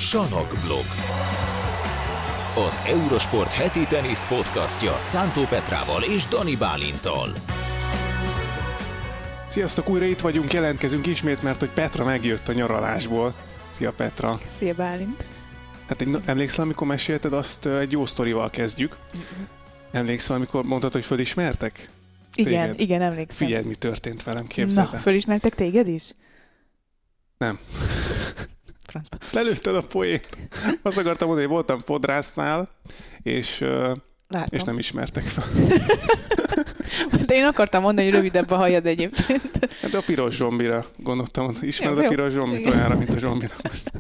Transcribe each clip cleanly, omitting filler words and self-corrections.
Sanokblog. Az Eurosport heti tenisz podcastja Szántó Petrával és Dani Bálinttal. Sziasztok, újra itt vagyunk, jelentkezünk ismét, mert hogy Petra megjött a nyaralásból. Szia Petra! Szia Bálint! Hát emlékszel, amikor mesélted azt, egy jó sztorival kezdjük. Emlékszel, amikor mondtad, hogy fölismertek? Igen, emlékszem. Figyelj, mi történt velem, képzeld el. Na, fölismertek téged is? Nem. Francba. Lelőtted a poént. Azt akartam mondani, hogy voltam fodrásznál, és nem ismertek fel. De én akartam mondani, hogy rövidebb a hajad egyébként. Hát a piros zsombira gondoltam, ismered a piros zsombit olyanra, mint a zsombira.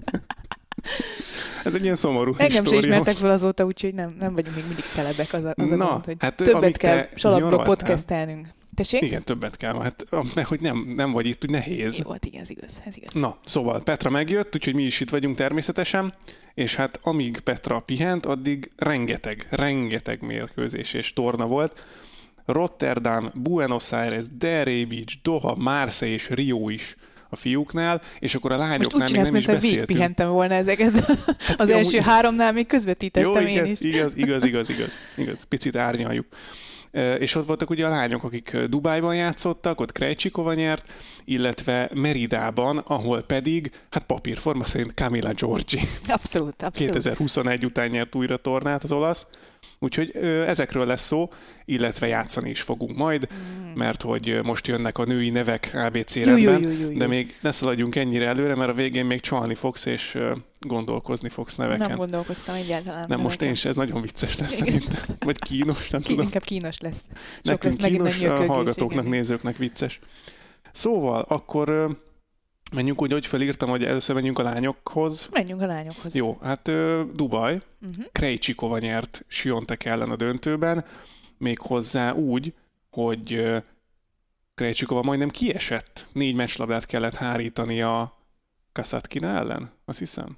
Ez egy ilyen szomorú engem história. sem ismertek fel azóta, úgyhogy nem vagyunk még mindig telebek az a gond, hogy hát, többet kell Salakblog podcastelnünk. Tessék? Igen, többet kell. Hát, hogy nem vagy itt, úgy nehéz. Jó, hát igen, ez igaz. Na, szóval Petra megjött, úgyhogy mi is itt vagyunk természetesen, és hát amíg Petra pihent, addig rengeteg mérkőzés és torna volt. Rotterdam, Buenos Aires, Delray Beach, Doha, Marseille és Rio is a fiúknál, és akkor a lányoknál még nem is beszéltünk. Most úgy pihentem volna ezeket. Az első háromnál még közvetítettem én is. Igaz. Picit árnyaljuk. És ott voltak ugye a lányok, akik Dubájban játszottak, ott Krejcsikova nyert, illetve Meridában, ahol pedig, hát papírforma szerint Camila Giorgi. Abszolút. 2021 után nyert újra tornát az olasz. Úgyhogy ezekről lesz szó, illetve játszani is fogunk majd, mert hogy most jönnek a női nevek ABC rendben, de még ne szaladjunk ennyire előre, mert a végén még csalni fogsz, és gondolkozni fogsz neveken. Nem gondolkoztam egyáltalán. Nem, most én is, ez nagyon vicces lesz szerintem. Vagy kínos, nem tudom. Inkább kínos lesz. Nekünk lesz kínos, a hallgatóknak, igen. nézőknek vicces. Szóval, akkor menjünk úgy, hogy felírtam, hogy először menjünk a lányokhoz. Menjünk a lányokhoz. Jó, hát Dubaj. Krejcsikova nyert Swiatek ellen a döntőben, méghozzá úgy, hogy Krejcsikova majdnem kiesett. 4 meccslabdát kellett hárítani a Kasatkina ellen, azt hiszem.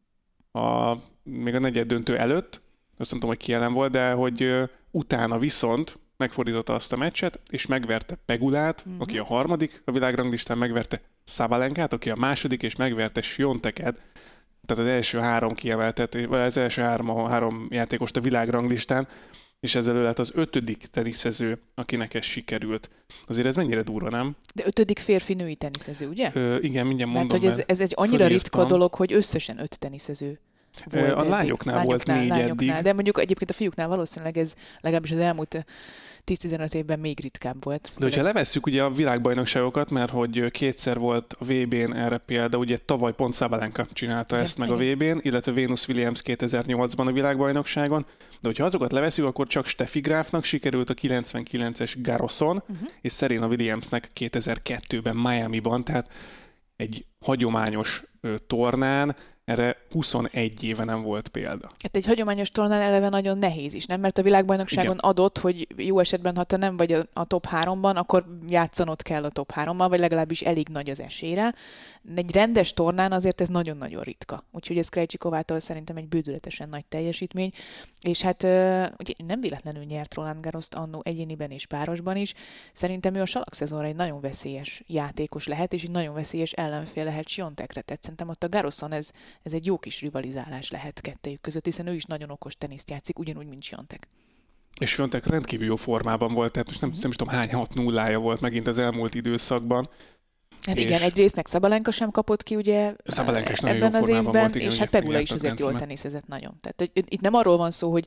Még a negyed döntő előtt, azt nem tudom, hogy ki ellen volt, de hogy utána viszont megfordította azt a meccset, és megverte Pegulát, aki a harmadik a világranglistán, megverte Szabalenkát, aki a második, és megverte Swiateket. Tehát az első 3 kiemeltet, vagy az első 3 játékost a világranglistán, és ezzel ő lett az 5. teniszező, akinek ez sikerült. Azért ez mennyire durva, nem? De 5. férfi-női teniszező, ugye? Igen, mindjárt mondom. Mert hogy ez egy annyira ritka dolog, hogy összesen 5 teniszező volt. A lányoknál volt 4 eddig. De mondjuk egyébként a fiúknál valószínűleg ez legalábbis az elmúlt 10-15 évben még ritkább volt. De hogyha levesszük ugye a világbajnokságokat, mert hogy kétszer volt a VB-n erre példa, ugye tavaly pont Sabalenka csinálta ezt meg a VB-n, illetve Venus Williams 2008-ban a világbajnokságon, de hogyha azokat levesszük, akkor csak Steffi Grafnak sikerült a 99-es Garroson, és Serena Williamsnek 2002-ben Miamiban, tehát egy hagyományos tornán erre 21 éve nem volt példa. Hát egy hagyományos tornán eleve nagyon nehéz is, nem? Mert a világbajnokságon adott, hogy jó esetben, ha te nem vagy a top 3-ban, akkor játszanod kell a top 3-ban, vagy legalábbis elég nagy az esélyre. Egy rendes tornán azért ez nagyon-nagyon ritka. Úgyhogy ez Krejcsikovától szerintem egy bődületesen nagy teljesítmény. És hát ugye nem véletlenül nyert Roland Garrost annó egyéniben és párosban is. Szerintem ő a salakszezonra egy nagyon veszélyes játékos lehet, és egy nagyon veszélyes ellenfél lehet Swiatekre. Tehát szerintem ott a Garroson ez egy jó kis rivalizálás lehet kettejük között, hiszen ő is nagyon okos teniszt játszik, ugyanúgy, mint Swiatek. És Swiatek rendkívül jó formában volt, tehát most nem is tudom hány 6-0-ja volt megint az elmúlt időszakban. Hát igen, egyrészt meg Sabalenka sem kapott ki ugye ebben az évben, volt, igen, és hát Pegula is azért jól teniszezett nagyon. Tehát itt nem arról van szó, hogy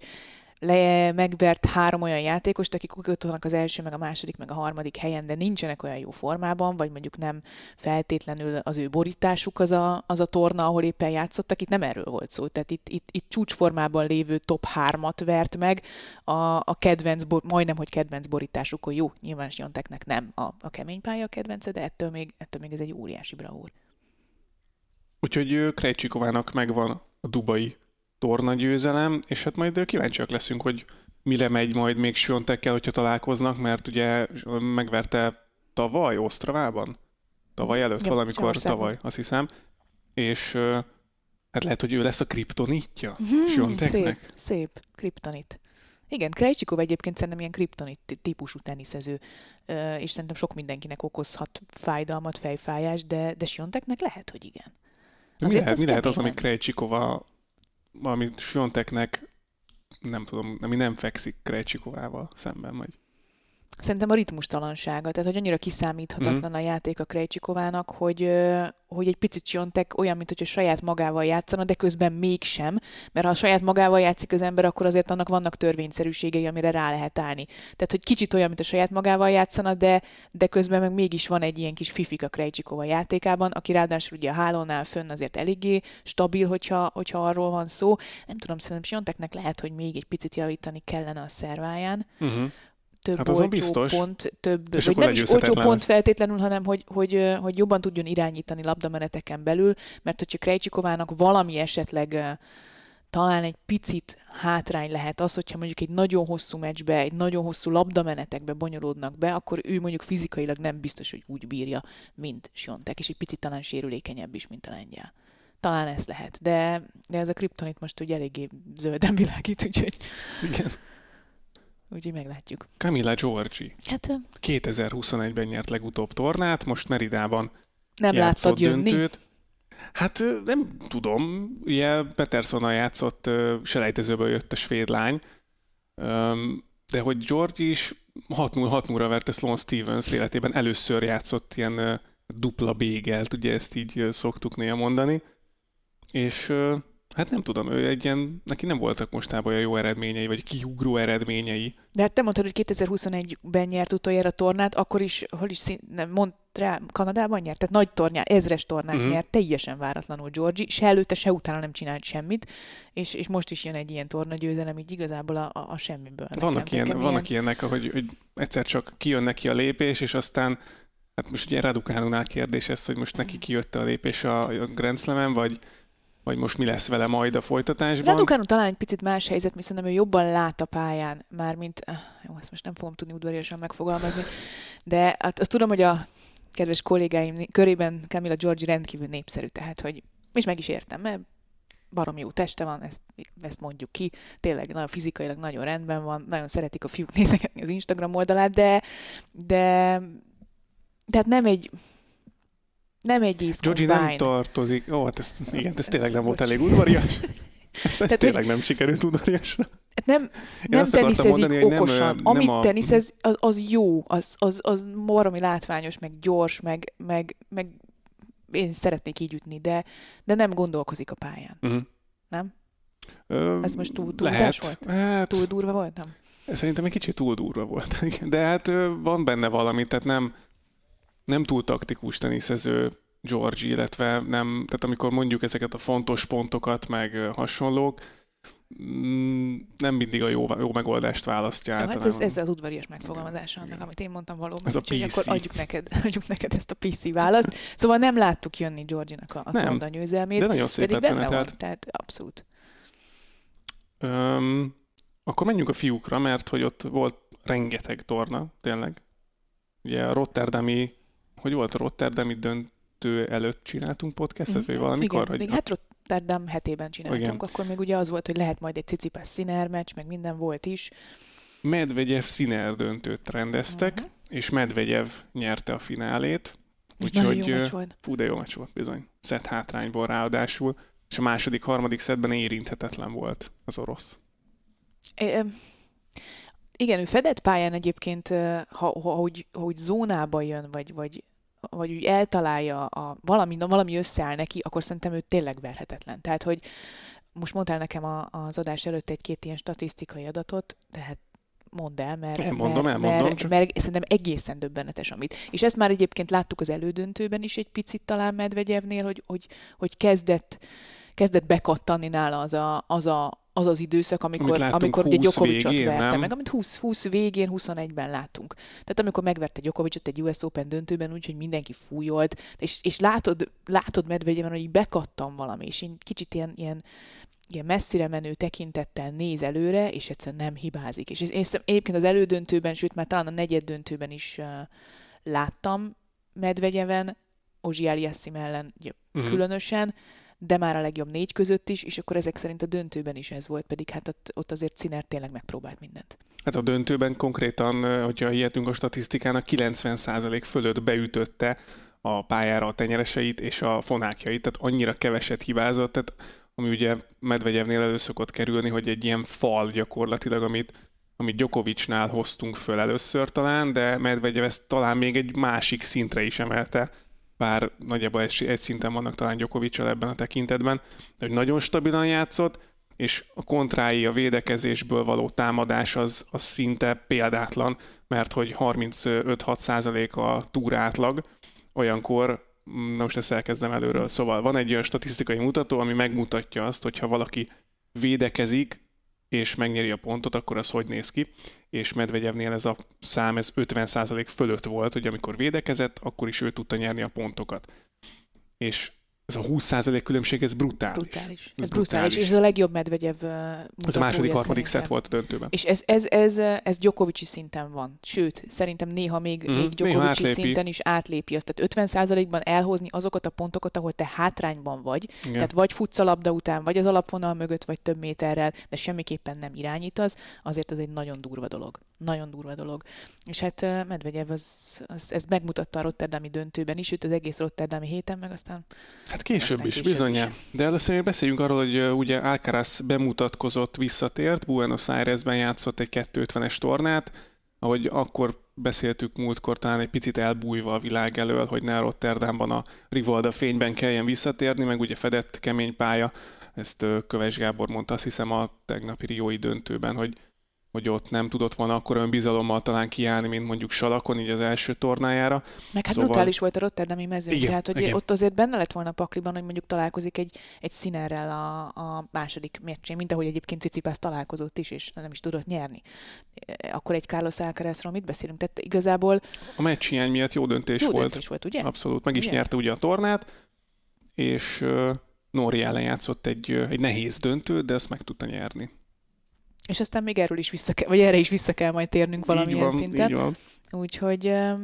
megvert 3 olyan játékost, akik ott vannak az első, meg a második, meg a harmadik helyen, de nincsenek olyan jó formában, vagy mondjuk nem feltétlenül az ő borításuk az a torna, ahol éppen játszottak. Itt nem erről volt szó. Tehát itt csúcsformában lévő top 3-at vert meg a kedvenc, majdnem, hogy kedvenc borításukon. Jó, nyilván Swiateknek nem a kemény pálya a kedvence, de ettől még ez egy óriási bravúr. Úgyhogy Krejcsikovának megvan a dubai tornagyőzelem, és hát majd kíváncsiak leszünk, hogy mire megy majd még Swiatekkel, hogyha találkoznak, mert ugye megverte tavaly Ostravában? Tavaly előtt, valamikor tavaly, azt hiszem. És hát lehet, hogy ő lesz a kriptonitja Swiateknek. Szép kriptonit. Igen, Krejcsikova egyébként szerintem ilyen kriptonit típusú teniszező, és szerintem sok mindenkinek okozhat fájdalmat, fejfájást, de Swiateknek lehet, hogy igen. Mi lehet az, ami Krejcsikova, amit Swiateknek nem tudom, ami nem fekszik Krejcsikovával szemben, vagy? Szerintem a ritmustalansága, tehát hogy annyira kiszámíthatatlan a játék a Krejcsikovának, hogy egy picit Swiatek olyan, mint hogyha saját magával játszana, de közben mégsem, mert ha saját magával játszik az ember, akkor azért annak vannak törvényszerűségei, amire rá lehet állni. Tehát, hogy kicsit olyan, mint a saját magával játszana, de közben meg mégis van egy ilyen kis fifik a Krejcsikova játékában, aki ráadásul ugye a hálónál fönn azért eléggé stabil, hogyha arról van szó. Nem tudom, szerintem Swiateknek lehet, hogy még egy picit javítani kellene a szerváján. Több olcsó pont, vagy nem is olcsó pont feltétlenül, hanem hogy jobban tudjon irányítani labdameneteken belül, mert hogyha Krejcsikovának valami esetleg talán egy picit hátrány lehet az, hogyha mondjuk egy nagyon hosszú meccsbe, egy nagyon hosszú labdamenetekbe bonyolódnak be, akkor ő mondjuk fizikailag nem biztos, hogy úgy bírja, mint Swiatek, és egy picit talán sérülékenyebb is, mint a lengyel. Talán ez lehet, de ez a kriptonit most ugye eléggé zölden világít, úgyhogy... Igen. Úgyhogy meglátjuk. Camila Giorgi. 2021-ben nyert legutóbb tornát, most Meridában nem játszott döntőt. Hát nem tudom, ugye Petersonnal játszott, selejtezőből jött a svéd lány, de hogy Giorgi is 6-0-ra verte Sloane Stephens életében, először játszott ilyen dupla bégelt, ugye ezt így szoktuk néha mondani, és... Hát nem tudom, ő neki nem voltak mostában olyan jó eredményei, vagy kiugró eredményei. De hát te mondtad, hogy 2021-ben nyert utoljára a tornát, akkor is, Kanadában nyert, tehát nagy tornyán, ezres tornát nyert, teljesen váratlanul Giorgi, se előtte, se utána nem csinált semmit, és most is jön egy ilyen tornagyőzelem, így igazából a semmiből. Vannak ilyenek, hogy egyszer csak kijön neki a lépés, és aztán, hát most ugye Raducanunál kérdés ez, hogy most neki kijött a lépés a Grand Slamen, vagy most mi lesz vele majd a folytatásban. Raducanu talán egy picit más helyzet, mert szerintem ő jobban lát a pályán, mármint, jó, ezt most nem fogom tudni udvariasan megfogalmazni, de hát azt tudom, hogy a kedves kollégáim körében Camila Giorgi rendkívül népszerű, tehát, hogy és meg is értem, mert barom jó teste van, ezt mondjuk ki, tényleg nagyon fizikailag nagyon rendben van, nagyon szeretik a fiúk nézegetni az Instagram oldalát, de hát nem egy Giorgi nem tartozik. Hát ez tényleg nem volt elég udvarias. Ez tényleg nem sikerült udvariasra. Nem teniszezik okosan. Amit teniszez, az jó, az baromi látványos, meg gyors, meg én szeretnék így ütni, de nem gondolkozik a pályán. Nem? Ez most túl durvás volt? Hát, túl durva volt, nem? Szerintem egy kicsit túl durva volt. De hát van benne valami, tehát nem túl taktikus teniszező Giorgi, illetve nem, tehát amikor mondjuk ezeket a fontos pontokat, meg hasonlók, nem mindig a jó megoldást választja általában. Hát ez az udvarias megfogalmazása annak, amit én mondtam valóban. Ez úgyhogy akkor adjuk neked ezt a PC választ. Szóval nem láttuk jönni Giorginak a torna győzelmét. De nagyon szépen penetelt. Tehát abszolút. Akkor menjünk a fiúkra, mert hogy ott volt rengeteg torna, tényleg. Ugye a rotterdami, hogy volt a rotterdami döntő előtt csináltunk podcastet, vagy valamikor? Igen, hát Rotterdam hetében csináltunk, igen. Akkor még ugye az volt, hogy lehet majd egy Tsitsipas-Sinner meccs, meg minden volt is. Medvedev-Sinner döntőt rendeztek, és Medvedev nyerte a finálét. Úgyhogy jó meccs volt. Fú, de jó meccs volt bizony. Szett hátrányból ráadásul, és a második, harmadik szettben érinthetetlen volt az orosz. Igen, ő fedett pályán egyébként, ha úgy zónába jön, vagy úgy eltalálja, valami összeáll neki, akkor szerintem ő tényleg verhetetlen. Tehát, hogy most mondtál nekem az adás előtt egy-két ilyen statisztikai adatot, tehát mondd el, mert szerintem egészen döbbenetes, amit. És ezt már egyébként láttuk az elődöntőben is egy picit talán Medvegyevnél, hogy kezdett bekattanni nála az időszak, amikor ugye Djokovicot verte meg, amit 20 végén, 21-ben láttunk. Tehát amikor megverte Djokovicot egy US Open döntőben úgy, hogy mindenki fújolt, és látod Medvegyeven, hogy így bekattan valami, és én kicsit ilyen messzire menő tekintettel néz előre, és egyszerűen nem hibázik. És én egyébként az elődöntőben, sőt már talán a negyeddöntőben is láttam Medvegyeven, Auger-Aliassime ellen különösen, de már a legjobb 4 között is, és akkor ezek szerint a döntőben is ez volt, pedig hát ott azért Sinner tényleg megpróbált mindent. Hát a döntőben konkrétan, hogyha hihetünk a statisztikának, 90% fölött beütötte a pályára a tenyereseit és a fonákjait, tehát annyira keveset hibázott, tehát ami ugye Medvegyevnél elő szokott kerülni, hogy egy ilyen fal gyakorlatilag, amit Djokovicnál hoztunk föl először talán, de Medvegyev ezt talán még egy másik szintre is emelte, bár nagyjából egy szinten vannak talán Djokoviccal ebben a tekintetben, de hogy nagyon stabilan játszott, és a kontrái, a védekezésből való támadás az szinte példátlan, mert hogy 35-6% a túra átlag, olyankor, na most ezt elkezdem előről, szóval van egy olyan statisztikai mutató, ami megmutatja azt, hogyha valaki védekezik, és megnyeri a pontot, akkor az hogy néz ki, és Medvegyevnél ez a szám, ez 50% fölött volt, hogy amikor védekezett, akkor is ő tudta nyerni a pontokat. És ez a 20% különbség, ez brutális. Ez brutális, és ez a legjobb Medvegyev mutatója. Ez a második, harmadik szett volt a döntőben. És ez Djokovic szinten van. Sőt, szerintem néha még Djokovic szinten is átlépi azt. Tehát 50%-ban elhozni azokat a pontokat, ahol te hátrányban vagy. Igen. Tehát vagy futsz a labda után, vagy az alapvonal mögött, vagy több méterrel, de semmiképpen nem irányítasz, azért az egy nagyon durva dolog. Nagyon durva dolog. És hát Medvegyev ez megmutatta a rotterdami döntőben is, sőt az egész rotterdami héten, meg aztán... Hát később is, bizonyán. De először még beszéljünk arról, hogy ugye Alcaraz bemutatkozott, visszatért, Buenos Airesben játszott egy 250-es tornát, ahogy akkor beszéltük múltkor, talán egy picit elbújva a világ elől, hogy ne Rotterdamban a Rivalda fényben kelljen visszatérni, meg ugye fedett kemény pálya, ezt Köves Gábor mondta, azt hiszem a tegnapi riói döntőben, hogy ott nem tudott volna akkor olyan bizalommal talán kiállni, mint mondjuk Salakon, így az első tornájára. Meg hát brutális volt a rotterdami mezőny, igen, tehát hogy ott azért benne lett volna a pakliban, hogy mondjuk találkozik egy Sinnerrel a második meccsén, mint ahogy egyébként Tsitsipas találkozott is, és nem is tudott nyerni. Akkor egy Carlos Alcarazról mit beszélünk? Tehát igazából... A meccs hiány miatt jó döntés volt, ugye? Abszolút, meg is nyerte ugye a tornát, és Norrie ellen játszott egy nehéz döntő, de ezt meg tudta nyerni. És aztán még erről is erre is vissza kell majd térnünk valamilyen szinten. Így van. Úgyhogy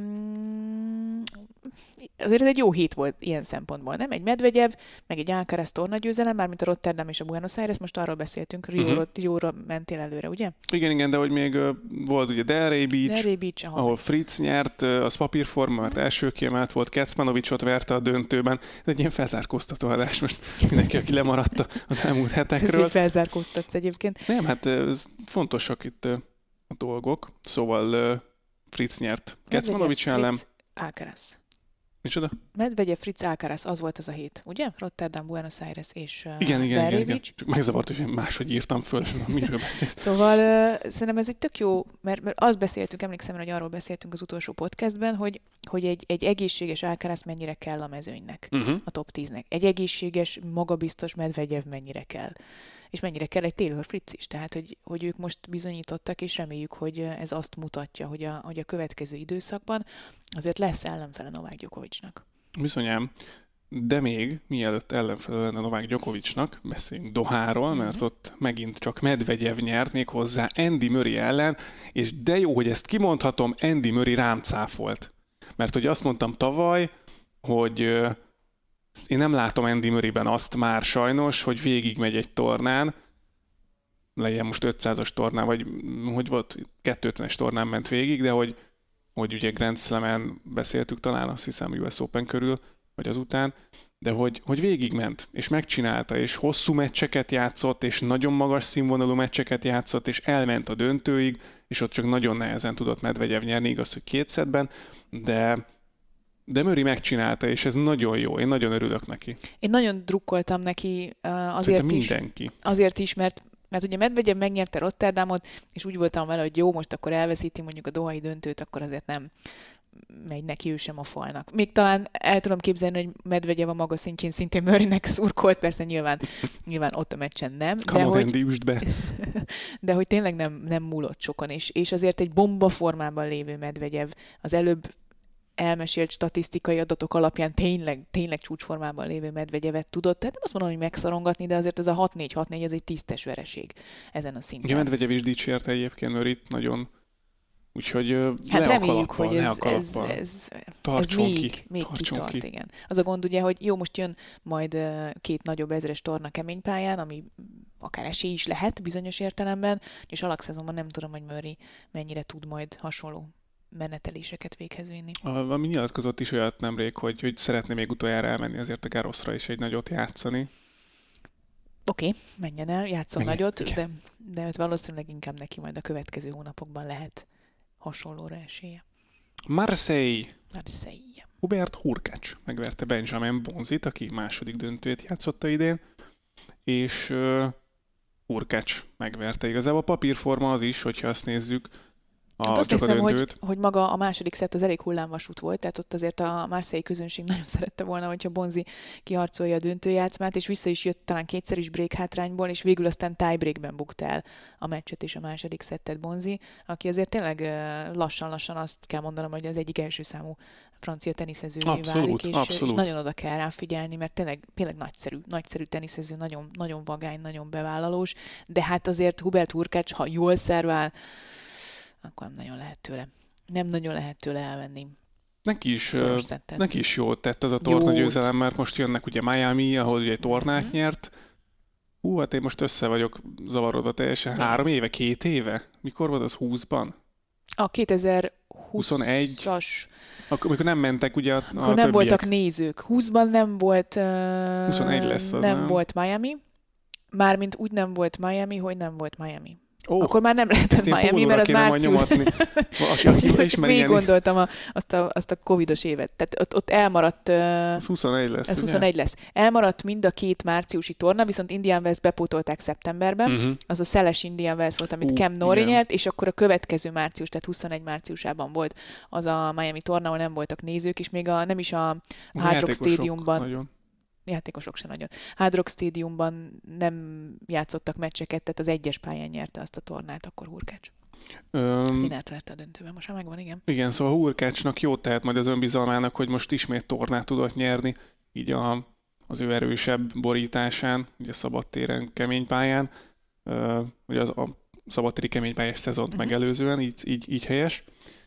azért ez egy jó hét volt ilyen szempontból, nem? Egy Medvegyev, meg egy Alcaraz tornagyőzelem, mármint a Rotterdam és a Buenos Aires, most arról beszéltünk, Rióra mentél előre, ugye? Igen, de hogy még volt ugye Delray Beach, ahol Fritz nyert, az papírforma, mert első kiemelt volt, Kecmanovicsot verte a döntőben. Ez egy ilyen felzárkóztató adás most mindenki, aki lemaradt az elmúlt hetekről. Ez, hogy felzárkóztatsz egyébként. Nem, hát ez fontosak itt a dolgok. Szóval Fritz nyert Kecmanovics ellen. Alcaraz. Micsoda? Medvegyev, Fritz, Alcaraz, az volt az a hét, ugye? Rotterdam, Buenos Aires és Igen. Csak megzavart, hogy máshogy írtam föl, és miről beszélt. Szóval szerintem ez egy tök jó, mert azt beszéltünk, emlékszem, hogy arról beszéltünk az utolsó podcastben, hogy egy egészséges Alcaraz mennyire kell a mezőnynek, a top 10-nek. Egy egészséges, magabiztos Medvegyev mennyire kell. És mennyire kell egy Taylor Fritz is. Tehát, hogy ők most bizonyítottak, és reméljük, hogy ez azt mutatja, hogy a következő időszakban azért lesz ellenfele Novák Djokovicnak. Bizonyám. De még, mielőtt ellenfele lenne Novák Djokovicnak, beszéljünk Doháról, mert ott megint csak Medvegyev nyert, méghozzá Andy Murray ellen, és de jó, hogy ezt kimondhatom, Andy Murray rám cáfolt. Mert hogy azt mondtam tavaly, hogy én nem látom Andy Murrayben azt már sajnos, hogy végigmegy egy tornán, legyen most 500-as tornán, vagy hogy volt, 250-es tornán ment végig, de hogy ugye Grand Slam-en beszéltük talán, azt hiszem US Open körül, vagy azután, de hogy végigment, és megcsinálta, és hosszú meccseket játszott, és nagyon magas színvonalú meccseket játszott, és elment a döntőig, és ott csak nagyon nehezen tudott Medvegyev nyerni, igaz, hogy 2 szettben, de Murray megcsinálta, és ez nagyon jó. Én nagyon örülök neki. Én nagyon drukkoltam neki azért is, mert ugye Medvegyev megnyerte Rotterdamot, és úgy voltam vele, hogy jó, most akkor elveszíti mondjuk a dohai döntőt, akkor azért nem megy neki ő sem a falnak. Még talán el tudom képzelni, hogy Medvegyev a maga szintjén szintén Murraynek szurkolt, persze nyilván ott a meccsen nem. De hogy tényleg nem múlott sokan, és azért egy bomba formában lévő Medvegyev az előbb elmesélt statisztikai adatok alapján tényleg csúcsformában lévő Medvegyevet tudott. Tehát nem azt mondom, hogy megszorongatni, de azért ez a 6-4 ez egy tisztes vereség ezen a szinten. Ja, Medvegyev is dicsérte egyébként Murrayt nagyon. Úgyhogy hát reméljük, hogy ez még kitart, ki. igen. Az a gond ugye, hogy jó, most jön majd 2 nagyobb ezres torna keménypályán, ami akár esély is lehet bizonyos értelemben, és alakszezonban nem tudom, hogy Murray mennyire tud majd hasonló meneteléseket véghez vinni. Ami nyilatkozott is olyat nemrég, hogy szeretné még utoljára elmenni azért a Garrosra is egy nagyot játszani. Oké, menjen el, játszom nagyot, de valószínűleg inkább neki majd a következő hónapokban lehet hasonlóra esélye. Marseille. Hubert Hurkacz megverte Benjamin Bonzit, aki második döntőt játszotta idén, és Hurkacz megverte. Igazából a papírforma az is, hogyha azt nézzük, azt néztem, hogy maga a második szett az elég hullámvasút volt, tehát ott azért a Marseille közönség nagyon szerette volna, hogyha Bonzi kiharcolja a döntőjátszmát, és vissza is jött talán kétszer is break hátrányból, és végül aztán tiebreakben bukta el a meccset és a második szettet Bonzi, aki azért tényleg lassan-lassan azt kell mondanom, hogy az egyik első számú francia teniszezővé válik, és nagyon oda kell rá figyelni, mert tényleg nagyszerű teniszező, nagyon, nagyon vagány, nagyon bevállalós, de hát azért Hubert Hurkacz, ha jól szervál, akkor nem nagyon lehet tőle elvenni. Neki is jól tett ez a tornagyőzelem, mert most jönnek ugye Miami, ahol ugye tornát nyert. Hát én most össze vagyok zavarodva teljesen. 3 éve, 2 éve? Mikor volt az 20-ban? A 2021-as. Amikor nem mentek ugye a akkor nem többiek. Voltak nézők. 20-ban nem volt 21 lesz az, nem volt Miami. Mármint úgy nem volt Miami, hogy nem volt Miami. Akkor már nem lehetett Miami, mert az március. Még gondoltam azt a covidos évet. Tehát ott elmaradt... Ez 21 lesz. Ez 21 lesz. Elmaradt mind a 2 márciusi torna, viszont Indian Wells bepótolták szeptemberben. Az a szeles Indian Wells volt, amit Cam Norrie nyert, és akkor a következő március, tehát 21 márciusában volt az a Miami torna, ahol nem voltak nézők, és még nem is a Hard Rock Stadiumban... Nagyon. Játékosok se nagyon. Hard Rock Stadiumban nem játszottak meccseket, tehát az egyes pályán nyerte azt a tornát, akkor Hurkacz. Színát verte a döntőben, most már megvan, igen. Igen, szóval Hurkacznak jót tehet majd az önbizalmának, hogy most ismét tornát tudott nyerni, így az ő erősebb borításán, ugye szabadtéren, kemény pályán, ugye a szabadtéri keménypályás szezont megelőzően, így helyes.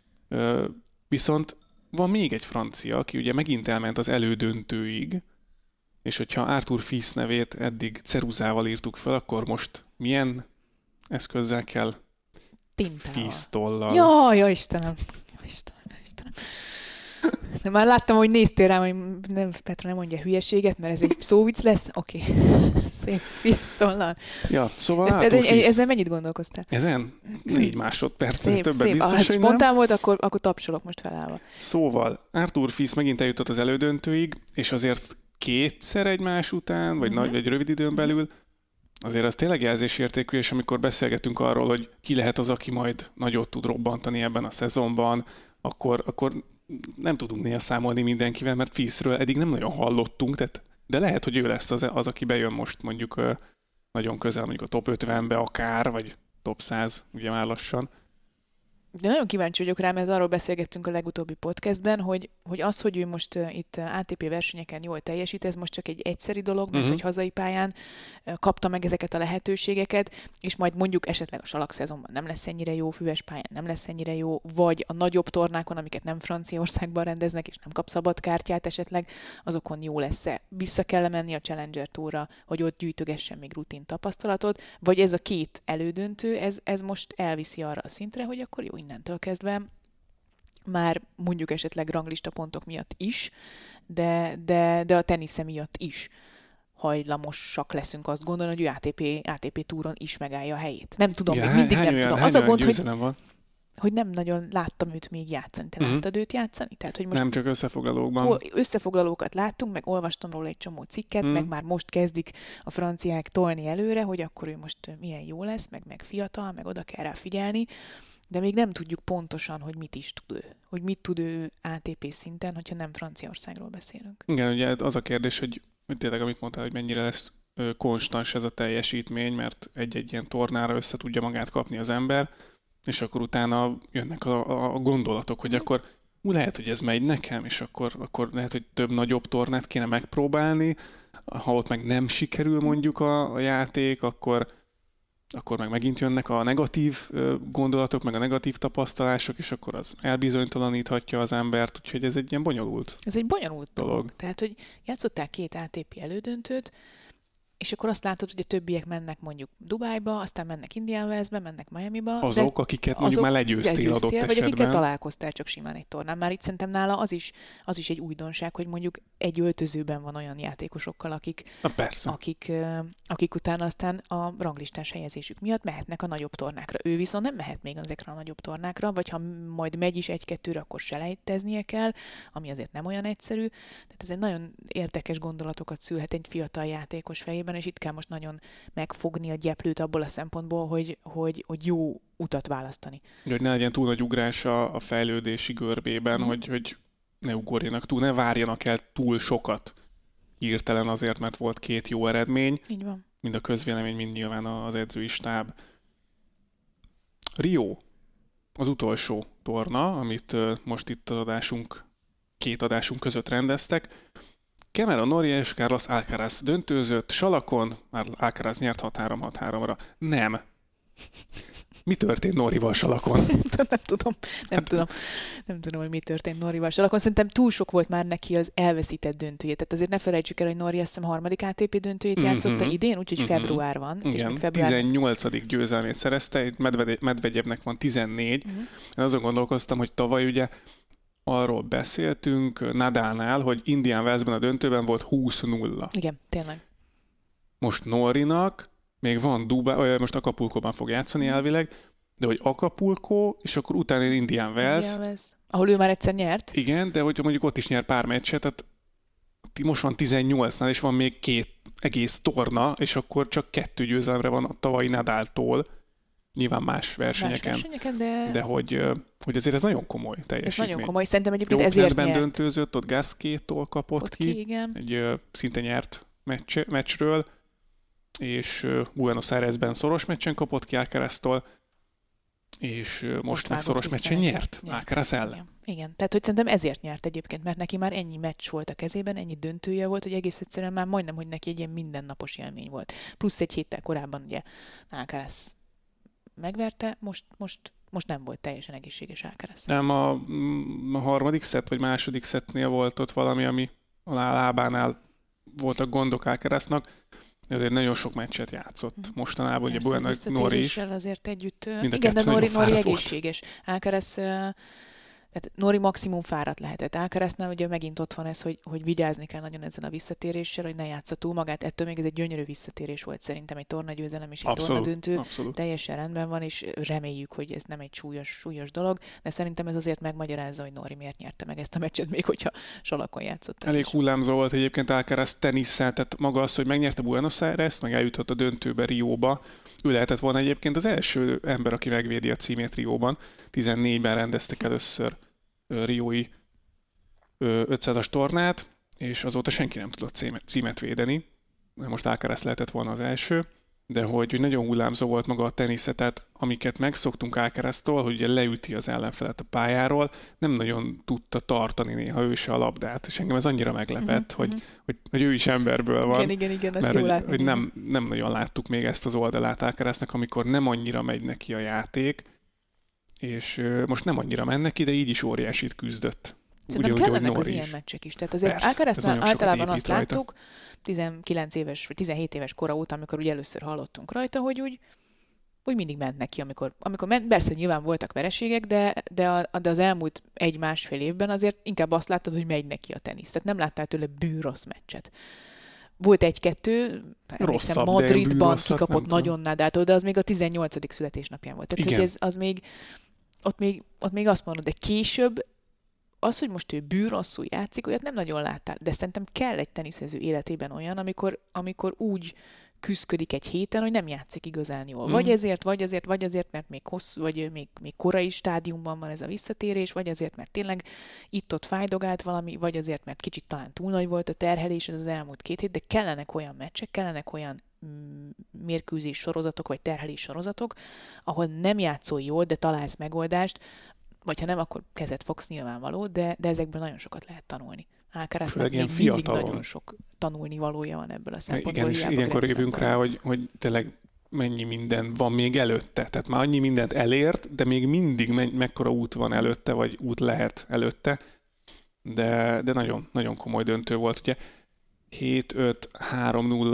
Viszont van még egy francia, aki ugye megint elment az elődöntőig, és hogyha Arthur Fils nevét eddig ceruzával írtuk fel, akkor most milyen eszközzel kell? Fils-tollal. Jó, Istenem. De már láttam, hogy néztél rám, hogy Petra nem mondja hülyeséget, mert ez egy szóvic lesz. Oké. Szép Fils-tollal. Ja, szóval Arthur Fils. Ezzel mennyit gondolkoztál? Ezen? 4 másodpercen, többet szép. biztos, hogy spontán volt, akkor tapsolok most felállva. Szóval Arthur Fils megint eljutott az elődöntőig, és azért 2-szer egymás után, vagy nagy vagy rövid időn belül, azért az tényleg jelzésértékű, és amikor beszélgetünk arról, hogy ki lehet az, aki majd nagyot tud robbantani ebben a szezonban, akkor nem tudunk néha számolni mindenkivel, mert Filsről eddig nem nagyon hallottunk, de lehet, hogy ő lesz az, aki bejön most mondjuk nagyon közel, mondjuk a top 50-be akár, vagy top 100, ugye már lassan. De nagyon kíváncsi vagyok rá, mert arról beszélgettünk a legutóbbi podcastben, hogy az, hogy ő most itt ATP versenyeken jól teljesít, ez most csak egy egyszeri dolog, mert hogy hazai pályán kapta meg ezeket a lehetőségeket, és majd mondjuk esetleg a salakszezonban nem lesz ennyire jó, füves pályán nem lesz ennyire jó, vagy a nagyobb tornákon, amiket nem Franciaországban rendeznek, és nem kap szabad kártyát esetleg, azokon jó lesz-e. Vissza kell menni a Challenger Tourra, hogy ott gyűjtögessen még rutin tapasztalatot, vagy ez a 2 elődöntő, ez most elviszi arra a szintre, hogy akkor jó, innentől kezdve már mondjuk esetleg ranglista pontok miatt is, de a tenisze miatt is hajlamosak leszünk azt gondolni, hogy ő ATP túron is megállja a helyét. Nem tudom, még mindig nem tudom. Az a gond, hogy nem nagyon láttam őt még játszani. Te láttad őt játszani? Tehát, hogy most nem csak összefoglalókban. Összefoglalókat láttunk, meg olvastam róla egy csomó cikket, meg már most kezdik a franciák tolni előre, hogy akkor ő most milyen jó lesz, meg fiatal, meg oda kell rá figyelni. De még nem tudjuk pontosan, hogy mit is tud ő. Hogy mit tud ő ATP szinten, hogyha nem Franciaországról beszélünk. Igen, ugye az a kérdés, hogy tényleg, amit mondtál, hogy mennyire lesz konstans ez a teljesítmény, mert egy-egy ilyen tornára össze tudja magát kapni az ember, és akkor utána jönnek a gondolatok, hogy akkor lehet, hogy ez megy nekem, és akkor lehet, hogy több nagyobb tornát kéne megpróbálni, ha ott meg nem sikerül mondjuk a játék, akkor meg megint jönnek a negatív gondolatok, meg a negatív tapasztalások, és akkor az elbizonytalaníthatja az embert, úgyhogy ez egy ilyen bonyolult. Ez egy bonyolult dolog. Tehát, hogy játszottál 2 ATP elődöntőt, és akkor azt látod, hogy a többiek mennek mondjuk Dubájba, aztán mennek Indian Wellsbe, mennek Miamiba. Azok, akiket mondjuk már legyőztél adott esetben. Vagy akikkel találkoztál csak simán egy tornán. Már itt szerintem nála az is egy újdonság, hogy mondjuk egy öltözőben van olyan játékosokkal, akik utána aztán a ranglistás helyezésük miatt mehetnek a nagyobb tornákra. Ő viszont nem mehet még ezekre a nagyobb tornákra, vagy ha majd megy is 1-2-re, akkor selejteznie kell, ami azért nem olyan egyszerű. Tehát ez egy nagyon érdekes gondolatokat szülhet egy fiatal játékos fejében, és itt kell most nagyon megfogni a gyeplőt abból a szempontból, hogy jó utat választani. Hogy ne legyen túl nagy ugrás a fejlődési görbében, hogy ne ugorjanak túl, ne várjanak el túl sokat hirtelen azért, mert volt 2 jó eredmény. Így van. Mind a közvélemény, mind nyilván az edzői stáb. Rio, az utolsó torna, amit most itt két adásunk között rendeztek. Cameron Norrie és Carlos Alcaraz döntőzött, salakon, már Alcaraz nyert 6-3-6-3-ra. Nem. Mi történt Norrival salakon? Nem tudom, hogy mi történt Norrival salakon. Szerintem túl sok volt már neki az elveszített döntője. Tehát azért ne felejtsük el, hogy Norrie azt hiszem 3. ATP döntőjét játszotta idén, úgyhogy február van. Igen, 18. győzelmét szerezte, Medvegyevnek van 14. Én azon gondolkoztam, hogy tavaly ugye arról beszéltünk Nadalnál, hogy Indian Wellsben a döntőben volt 20-0. Igen, tényleg. Most Norrinak még van Dubai, most Acapulcóban fog játszani elvileg, de hogy Acapulco, és akkor utána Indian Wells. Ahol ő már egyszer nyert. Igen, de hogy mondjuk ott is nyer pár meccset, tehát most van 18-nál, és van még 2 egész torna, és akkor csak 2 győzelemre van a tavalyi Nadaltól. Nyilván más versenyeken de hogy azért ez nagyon komoly teljesítmény. Ez nagyon komoly, szerintem egyébként ezért nyert. Döntőzött, ott Gasquet-tól kapott ki igen. Egy szinte nyert meccsről, és Buenos Airesben szoros meccsen kapott ki Alcaraztól, és most meg szoros meccsen nyert Alcaraz ellen. Igen, tehát hogy szerintem ezért nyert egyébként, mert neki már ennyi meccs volt a kezében, ennyi döntője volt, hogy egész egyszerűen már majdnem, hogy neki egy ilyen mindennapos élmény volt. Plusz egy héttel korábban ugye Alcaraz megverte, most nem volt teljesen egészséges Alcaraz. Nem, a harmadik szett, vagy második szettnél volt ott valami, ami a lábánál voltak gondok Alcaraznak, azért nagyon sok meccset játszott mostanában, ugye Buenos Norrie is. Azért együtt, igen, de Norrie egészséges. Alcaraz, tehát Norrie maximum fáradt lehetett. Alcaraznál ugye megint ott van ez, hogy vigyázni kell nagyon ezen a visszatéréssel, hogy ne játsza túl magát. Ettől még ez egy gyönyörű visszatérés volt szerintem, egy tornagyőzelem és egy tornadöntő. Abszolút. Teljesen rendben van, és reméljük, hogy ez nem egy súlyos dolog, de szerintem ez azért megmagyarázza, hogy Norrie miért nyerte meg ezt a meccset, még hogyha salakon játszott. Elég hullámzó volt egyébként Alcaraz tenisszel, tehát maga az, hogy megnyerte Buenos Aires-t, meg eljutott a döntőbe Rióba. Ő lehetett volna egyébként az első ember, aki megvédi a címét Rióban. 14-ben rendeztek először riói 500-as tornát, és azóta senki nem tudott címet védeni. Most Alcaraz lehetett volna az első, de hogy nagyon hullámzó volt maga a tenisze, tehát amiket megszoktunk Alcaraztól, hogy ugye leüti az ellenfelet a pályáról, nem nagyon tudta tartani néha ő se a labdát, és engem ez annyira meglepett, hogy ő is emberből van. Igen, mert hogy nem nagyon láttuk még ezt az oldalát Alcaraznak, amikor nem annyira megy neki a játék, és most nem annyira mennek ide, így is óriásit küzdött. Szerintem kellenek az ilyen meccsek is. Tehát azért Alcaraznál általában azt láttuk, 19 éves vagy 17 éves kora óta, amikor ugye először hallottunk rajta, hogy úgy mindig ment neki, amikor ment. Persze nyilván voltak vereségek, de az elmúlt 1-1,5 évben azért inkább azt láttad, hogy megy neki a tenisz. Tehát nem láttál tőle bűrossz meccset. Volt 1-2, Madridban kikapott nagyon Nadaltól, de az még a 18. születésnapján volt. Tehát hogy ez, az még ott még azt mondod, de később az, hogy most ő bűrosszul játszik, olyat nem nagyon láttál. De szerintem kell egy teniszező életében olyan, amikor úgy küszködik egy héten, hogy nem játszik igazán jól. Vagy ezért, mert még hosszú, vagy még korai stádiumban van ez a visszatérés, vagy azért, mert tényleg itt-ott fájdogált valami, vagy azért, mert kicsit talán túl nagy volt a terhelés az elmúlt 2 hét, de kellenek olyan meccsek, kellenek olyan mérkőzés sorozatok, vagy terhelés sorozatok, ahol nem játszol jól, de találsz megoldást, vagy ha nem, akkor kezet fogsz, nyilvánvaló, de ezekből nagyon sokat lehet tanulni. Alcaraznak még mindig nagyon sok tanulni valója van ebből a szempontból. Igen, és ilyenkor jövünk rá, hogy tényleg mennyi minden van még előtte. Tehát már annyi mindent elért, de még mindig mekkora út van előtte, vagy út lehet előtte. De nagyon, nagyon komoly döntő volt. Ugye 7-5, 3-0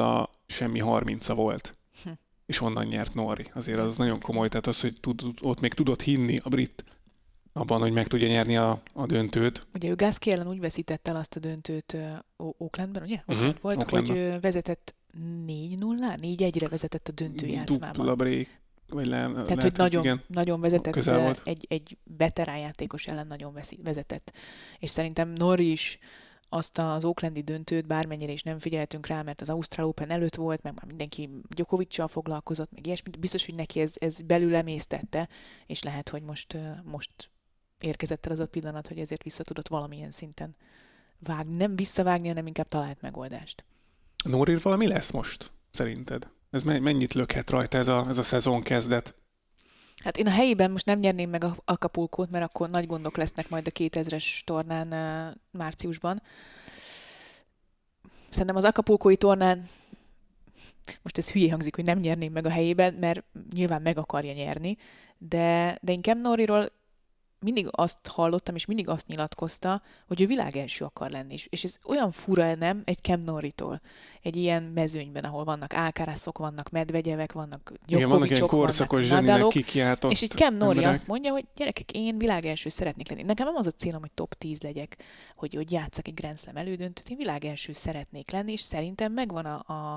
semmi 30-a volt. És onnan nyert Norrie. Azért az nagyon komoly, tehát az, hogy ott még tudott hinni a brit abban, hogy meg tudja nyerni a döntőt. Ugye ő Gasquet ellen úgy veszítette el azt a döntőt Aucklandben, ugye? Auckland volt, Aucklandben. Hogy vezetett 4-0, 4-1-re vezetett a döntőjátszmában. Dupla break, vagy tehát, hogy nagyon vezetett, egy veterán játékos ellen nagyon vezetett. És szerintem Norrie is azt az Aucklandi döntőt, bármennyire is nem figyeltünk rá, mert az Ausztrál Open előtt volt, meg már mindenki Djokovic-sal foglalkozott, meg ilyesmi. Biztos, hogy neki ez belül emésztette, és lehet, hogy most érkezett el az a pillanat, hogy ezért vissza tudott valamilyen szinten vágni. Nem visszavágni, hanem inkább talált megoldást. Norrie valami lesz most, szerinted? Ez mennyit lökhet rajta ez a szezon kezdet? Hát én a helyében most nem nyerném meg a Acapulcót, mert akkor nagy gondok lesznek majd a 2000-es tornán márciusban. Szerintem az Acapulcói tornán, most ez hülyé hangzik, hogy nem nyerném meg a helyében, mert nyilván meg akarja nyerni, de én Cam Norrie-ról mindig azt hallottam, és mindig azt nyilatkozta, hogy ő világelső akar lenni. És ez olyan fura, nem? Egy Cam Norrie-tól. Egy ilyen mezőnyben, ahol vannak Alcarazok, vannak Medvegyevek, vannak Djokovicok, vannak Nadalok. És így Cam Norrie azt mondja, hogy gyerekek, én világelső szeretnék lenni. Nekem nem az a célom, hogy top 10 legyek, hogy játsszak egy Grand Slam elődöntőt. Én világelső szeretnék lenni, és szerintem megvan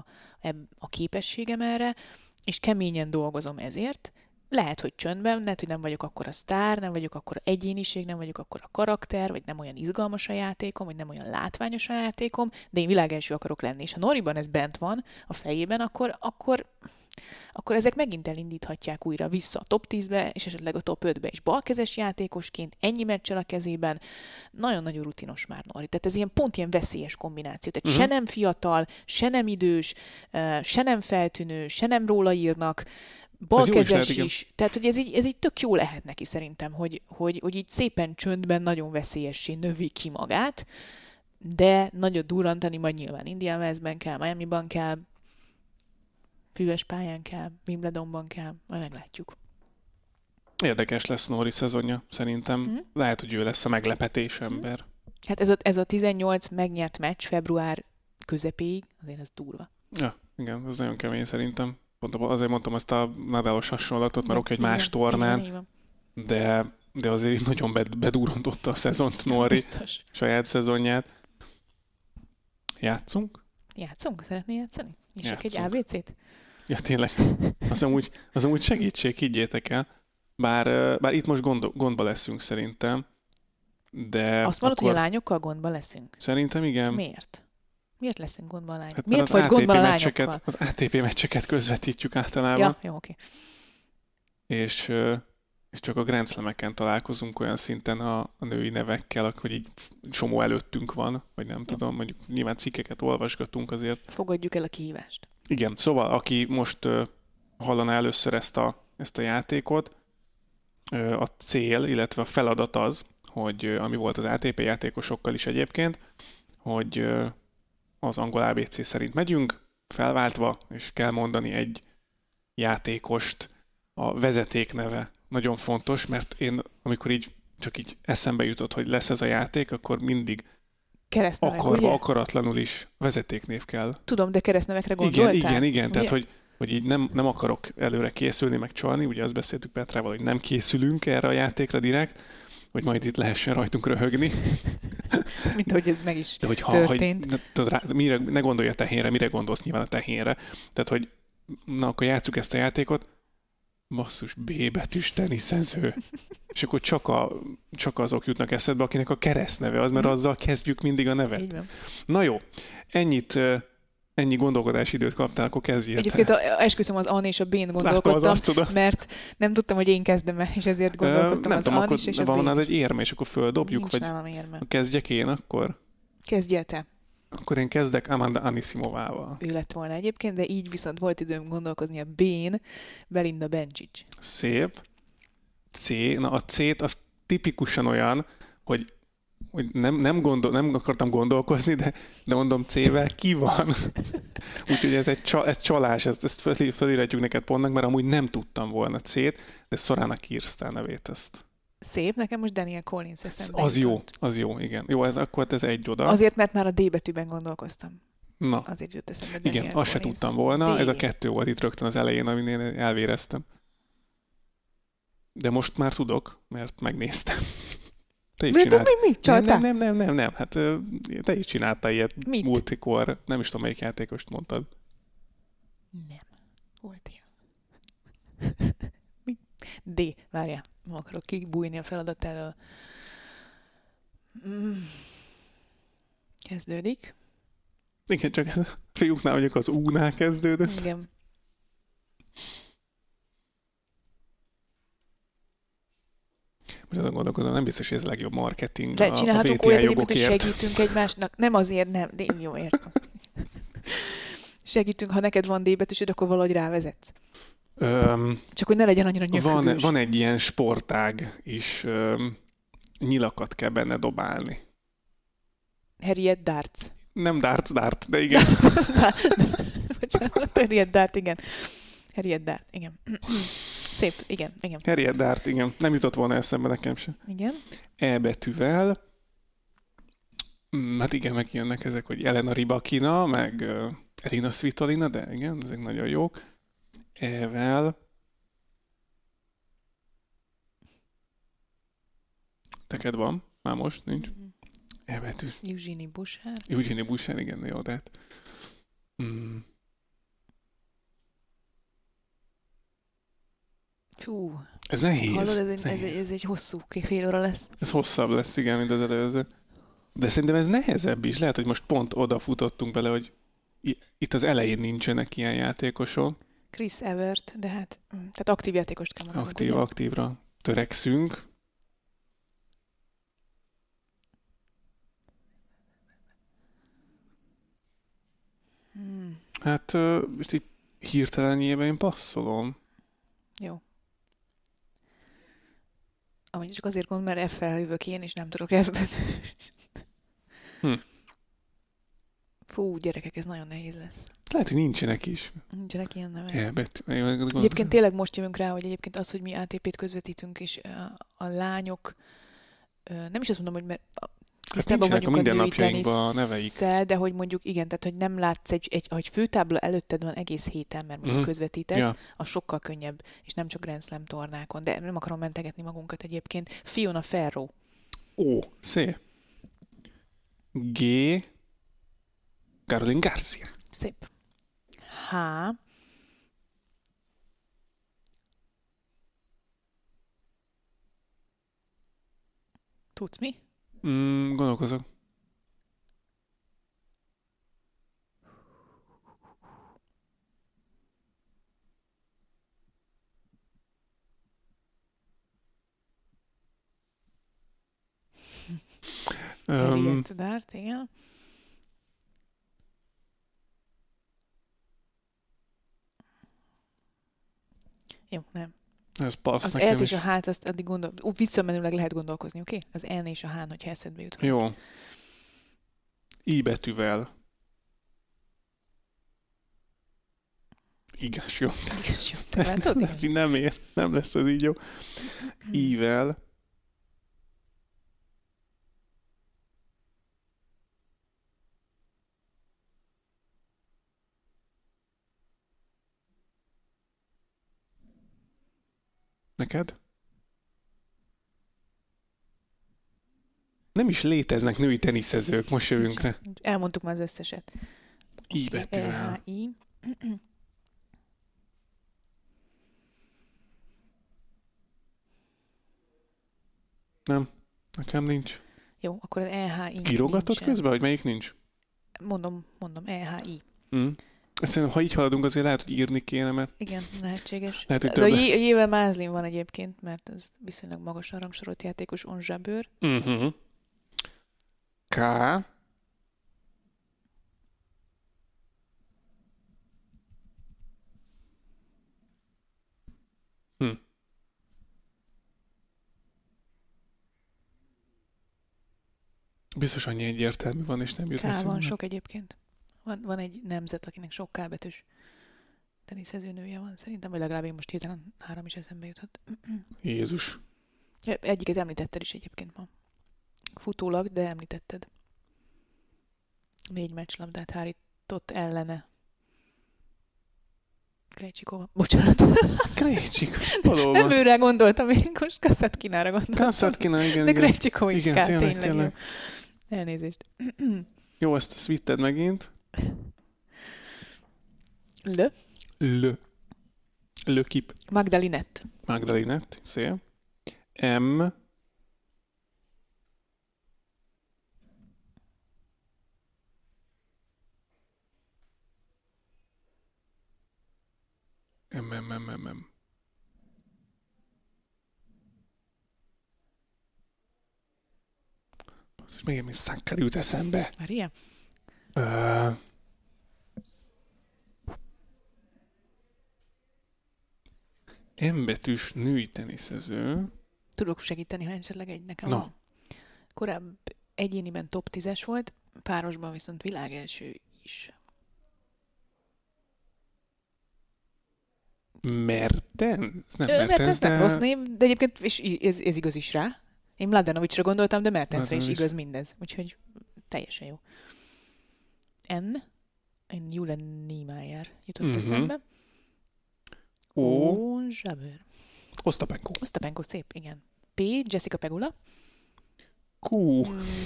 a képességem erre, és keményen dolgozom ezért. Lehet, hogy csöndben, lehet, hogy nem vagyok akkor a sztár, nem vagyok akkor a egyéniség, nem vagyok akkor a karakter, vagy nem olyan izgalmas a játékom, vagy nem olyan látványos a játékom, de én világelső akarok lenni. És ha Norrie-ban ez bent van a fejében, akkor ezek megint elindíthatják újra vissza a top 10-be, és esetleg a top 5-be is. Balkezes játékosként, ennyi meccsel a kezében, nagyon-nagyon rutinos már Norrie. Tehát ez pont ilyen veszélyes kombináció. Tehát se nem fiatal, se nem idős, se nem feltűnő, se nem róla írnak, balkezes is. Tehát, hogy ez így tök jó lehet neki szerintem, hogy így szépen csöndben nagyon veszélyessé növi ki magát, de nagyot durrantani majd nyilván Indian Wellsben kell, Miamiban kell, füves pályán kell, Wimbledonban kell, majd meglátjuk. Érdekes lesz Norrie szezonja, szerintem. Lehet, hogy ő lesz a meglepetés ember. Hát ez a 18 megnyert meccs február közepéig, azért ez durva. Ja, igen, ez nagyon kemény szerintem. Pont azért mondtam ezt a Nadalos hasonlatot, mert oké, egy más tornán, igen. De azért nagyon bedurrantotta a szezont Norrie, saját szezonját. Játszunk? Játszunk? Szeretnél játszani? Nyissuk egy ABC-t? Ja, tényleg. Az amúgy segítség, higgyétek el. Bár itt most gondba leszünk szerintem. De azt mondod, hogy a lányokkal gondba leszünk? Szerintem igen. Miért? Miért leszünk gondban a lányok? Hát miért vagy gondban a lányokkal? Az ATP meccseket közvetítjük általában. Ja, jó, oké. És csak a Grand Slameken találkozunk olyan szinten a női nevekkel, hogy így csomó előttünk van, vagy nem tudom, mondjuk nyilván cikkeket olvasgatunk azért. Fogadjuk el a kihívást. Igen, szóval aki most hallaná először ezt a játékot, a cél, illetve a feladat az, hogy ami volt az ATP játékosokkal is egyébként, hogy az angol ABC szerint megyünk, felváltva, és kell mondani egy játékost, a vezetékneve nagyon fontos, mert én, amikor így csak így eszembe jutott, hogy lesz ez a játék, akkor mindig akaratlanul is vezetéknév kell. Tudom, de keresztnevekre gondoltál? Igen, tehát hogy így nem akarok előre készülni, meg csalni, ugye azt beszéltük Petrával, hogy nem készülünk erre a játékra direkt, hogy majd itt lehessen rajtunk röhögni. Mint hogy ez meg is történt. Ne gondolj a tehénre, mire gondolsz nyilván a tehénre. Tehát, hogy na, akkor játsszuk ezt a játékot, basszus, B betűs teniszező. És akkor csak azok jutnak eszedbe, akinek a keresztneve az, mert azzal kezdjük mindig a nevet. Na jó, ennyi gondolkodási időt kaptál, akkor kezdjél. Egyébként esküszöm az An és a B-n gondolkodtam, mert nem tudtam, hogy én kezdem el, és ezért gondolkodtam az An is és a B-n. Van nálad egy érme, és akkor földobjuk? Nincs nálam érme. Kezdjek én akkor? Kezdjél te. Akkor én kezdek Amanda Anisimovával. Ő lett volna egyébként, de így viszont volt időm gondolkozni a B-n, Belinda Bencic. Szép. C. Na a C-t az tipikusan olyan, hogy nem akartam gondolkozni, de mondom C-vel ki van. Úgyhogy ez egy csalás, ezt felírhatjuk neked pontnak, mert amúgy nem tudtam volna C-t, de Sorana Kirsten nevét ezt. Szép, nekem most Daniel Collins eszembe Az jó, igen. Jó, akkor ez egy oda. Azért, mert már a D betűben gondolkoztam. Na. Azért jött eszembe. Igen, azt se tudtam volna. D. Ez a 2 volt itt rögtön az elején, amin én elvéreztem. De most már tudok, mert megnéztem. Te is csináltál. Mit csaltál? Nem. Hát te is csináltál ilyet multikor. Nem is tudom, melyik játékost mondtad. Nem. Volt ilyen. Mi? D. Várjál. Nem akarok kibújni a feladat elől. Kezdődik. Igen, csak ez a fiúknál vagyok, az U-nál kezdődött. Igen. Most azon gondolkozom, nem biztos, hogy ez a legjobb marketing De a csinálhatunk VTA olyat, jogokért. hogy segítünk egymásnak. Nem azért, nem. De jó, értem. Segítünk, ha neked van D-betűsöd, akkor valahogy rávezetsz. Csak hogy ne legyen annyira nyökögős. Van egy ilyen sportág is, nyilakat kell benne dobálni. Harriet Darts. Nem dart, de igen. Bocsánat, Harriet Dart, igen. Harriet Dart, igen. Szép, igen. Harriet Dart, igen. Nem jutott volna eszembe nekem sem. Igen. E betűvel. Hát igen, megjönnek ezek, hogy Elena Rybakina, meg Elina Svitolina, de igen, ezek nagyon jók. E-vel. Neked van? Már most nincs. E-betű. Eugenie Bouchard. Eugenie Bouchard, igen, jó, de hát. Hú. Ez nehéz. Hallod, ez egy hosszú fél óra lesz. Ez hosszabb lesz, igen, mint az előző. De szerintem ez nehezebb is. Lehet, hogy most pont odafutottunk bele, hogy itt az elején nincsenek ilyen játékosok. Chris Evert, de hát tehát aktív játékost kell mondani. Aktívra törekszünk. Hát most így hirtelenjében én passzolom. Jó. Amúgy csak azért gondolom, mert F-fel jövök én, és nem tudok F-bet. Fú, gyerekek, ez nagyon nehéz lesz. Lehet, hogy nincsenek is. Nincsenek ilyen nevek. Egyébként tényleg most jövünk rá, hogy egyébként az, hogy mi ATP-t közvetítünk, és a lányok, nem is azt mondom, hogy mert tisztában vagyunk a női tenisszel, de hogy mondjuk igen, tehát hogy nem látsz egy főtábla előtted van egész héten, mert mondjuk közvetítesz, az sokkal könnyebb, és nem csak Grand Slam tornákon, de nem akarom mentegetni magunkat egyébként. Fiona Ferro. Ó, szép. G. Caroline Garcia. Szép. H. Tudsz mi? Gondolkozok. Harriet Dart, igen. Jó, nem. Ez passz az nekem E-t és is. a H-t azt addig visszamenőleg lehet gondolkozni, oké? Az N és a H-n, hogyha eszedbe jut. Jó. I betűvel. Igaz, jó. Igaz, jó. Te látod? Ez így nem ér. Nem lesz az így jó. I-vel. Neked? Nem is léteznek női teniszezők, most jövünk rá. Elmondtuk már az összeset. I betűvel. L-H-I. Nem, nekem nincs. Jó, akkor az E-H-I. Írogatod közben, hogy melyik nincs? Mondom, E-H-I. Szerintem, ha így haladunk, azért lehet, hogy írni kéne, mert... Igen, lehetséges. Lehet, hogy de a Jével Mázlin van egyébként, mert ez viszonylag magasan rangsorolt játékos, On Jabeur. K. Biztos annyi egyértelmű van, és nem jut eszembe. Van sok egyébként. Van egy nemzet, akinek sok K-betűs teniszezőnője van. Szerintem, vagy legalább én most hirtelen 3 is eszembe juthat. Jézus. Egyiket említetted is egyébként ma. Futólag, de említetted. 4 meccslabdát hárít játszott ellene. Krejcsikova. Bocsánat. Krejcsikova. Valóban. Nem őre gondoltam, én most Kassatkinára gondoltam. Kasszatkina, igen. De Krejcsikova is igen, kell, tényleg. Jó. Elnézést. Jó, ezt vitted megint. Le kip. Magdalinett. Magdalinett, szép. M. M. És még mi Szakkar jut eszembe. Maria? M betűs női teniszező. Tudok segíteni, ha esetleg egy nekem No. van. Korábban egyéniben top 10-es volt, párosban viszont világelső is. Mertens? Nem Mertens Mertens, nem de... rossz név, de egyébként és ez igaz is rá. Én Mladenovicsra gondoltam, de Mertensre is Mladenovics. igaz mindez. Úgyhogy teljesen jó. N. Julen Niemeyer jutott eszembe. O. Zsaber. Osztapenko. Osztapenko, szép, igen. P. Jessica Pegula. Q.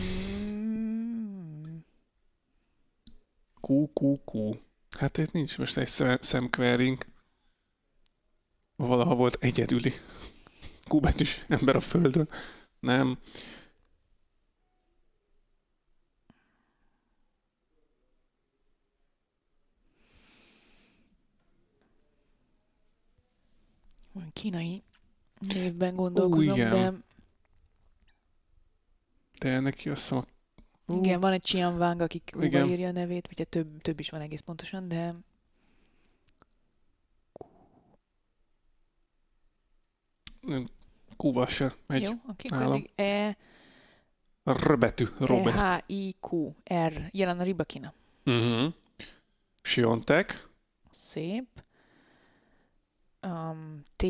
Mm. Q. Hát itt nincs most egy szemkverink. Valaha volt egyedüli Q betűs ember a földön. Nem. Kínai névben gondolkozom, igen. de De neki azt hiszem igen, van egy Qian Wang, aki Q-val igen. írja a nevét, vagy több is van egész pontosan, de Q-val se megy. jó, oké, akkor nálam. eddig E, R betű, Robert. H, I, Q, R, Jelena Rybakina. Siontek. Szép. T,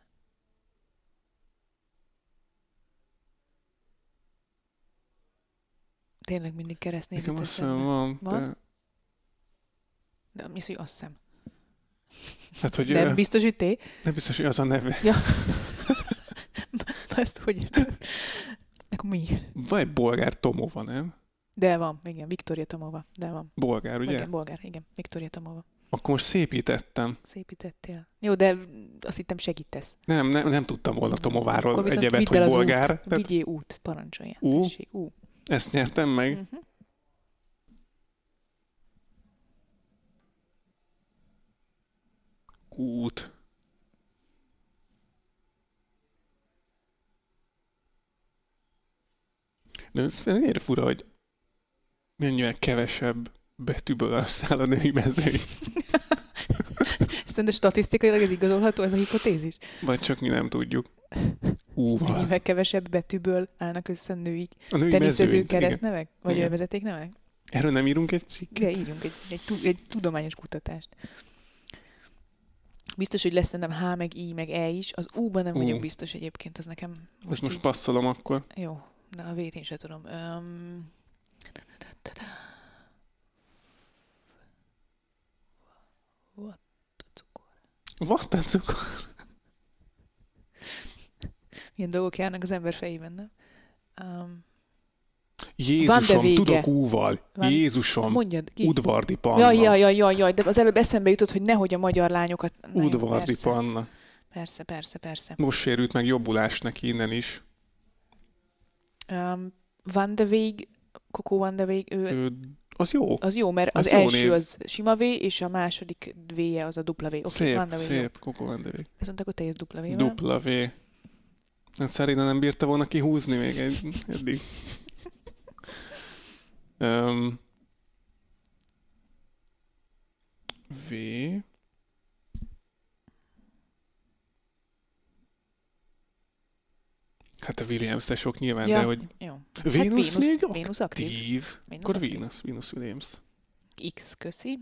tényleg mindig keresztnév Nekem jut azt hiszem eszembe. van, Van? de... De mi az, hogy azt hiszem. Hát, hogy Nem biztos, hogy T? nem biztos, hogy az a neve. Ja. Ezt hogy érted? Akkor mi? Van egy bolgár Tomova, nem? De van, igen, Viktória Tomova, de van. Bolgár, ugye? Igen, bolgár, igen, Viktória Tomova. Akkor most szépítettem. Szépítettél. Jó, de azt hittem segítesz. Nem tudtam volna Tomováról Akkor viszont egyebet, vidd hogy el az bolgár. út. Vigyél út, parancsolja. Ú? Tessék, Ezt nyertem meg. Mhm. Út. De ez miért fura, hogy mennyivel kevesebb betűből áll a női mezőny. Szerintem statisztikailag ez igazolható, ez a hipotézis? Vagy csak mi nem tudjuk. Úval. Mennyivel kevesebb betűből állnak össze női A női teniszező mezőny. Igen. keresztnevek? Vagy Igen. vezetéknevek? Erről nem írunk egy cikket? De írjunk egy tudományos kutatást. Biztos, hogy lesz szerintem H, meg I, meg E is. Az U-ban nem vagyok biztos egyébként, az nekem Ezt most így... passzolom akkor. Jó, de a V-t én sem tudom. Vattacukor. Milyen dolgok járnak az ember fejében, nem? Van de Jézusom, vége. tudok úval. Jézusom, Mondjad ki. Udvardi Panna. Jaj, de az előbb eszembe jutott, hogy nehogy a magyar lányokat... Na jó, Udvardi persze. Panna. Persze. Most sérült meg jobbulás neki innen is. Van de Weg, Coco Van de Weg, Az jó. az jó, mert Az az jó első név. az sima V, és a második V-je az a dupla V. Oké, Van de Weg, jó. Szép. Coco Van de Weg. Viszont akkor te jössz dupla V-vel. Dupla V. Hát Szerina nem bírta volna kihúzni még eddig. V. Hát a Williams, de sok nyilván, Ja, de hogy jó. Vénusz Hát még Vénusz aktív. aktív. Vénusz Akkor aktív. Venus Williams. X, köszi.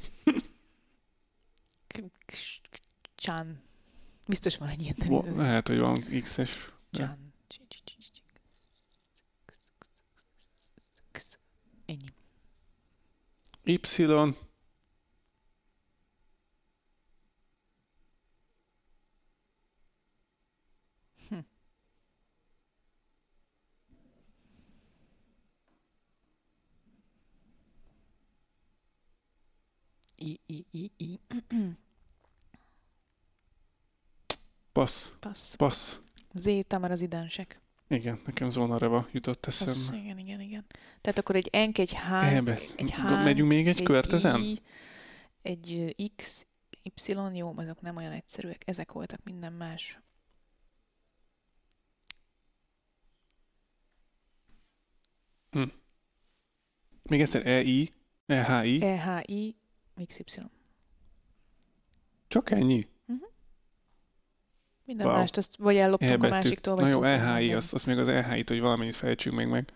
Chan. Biztos van egy ilyen nevű. Lehet, hogy van X-es. Chan. Ennyi. Y. I. Passz. Z. Tamara Zidansek. Igen, nekem Zvonareva jutott eszembe. Igen. Tehát akkor egy enk, egy H, egy H, megyünk még egy kört ezen? I, egy X, Y, jó, azok nem olyan egyszerűek. Ezek voltak, minden más. Még egyszer EI, EHI. EHI, XY. Csak ennyi? Minden mást, azt vagy elloptunk a másiktól, vagy tudtunk. Na jó, EHI, azt még az EHI-t, hogy valamennyit fejtsünk még meg.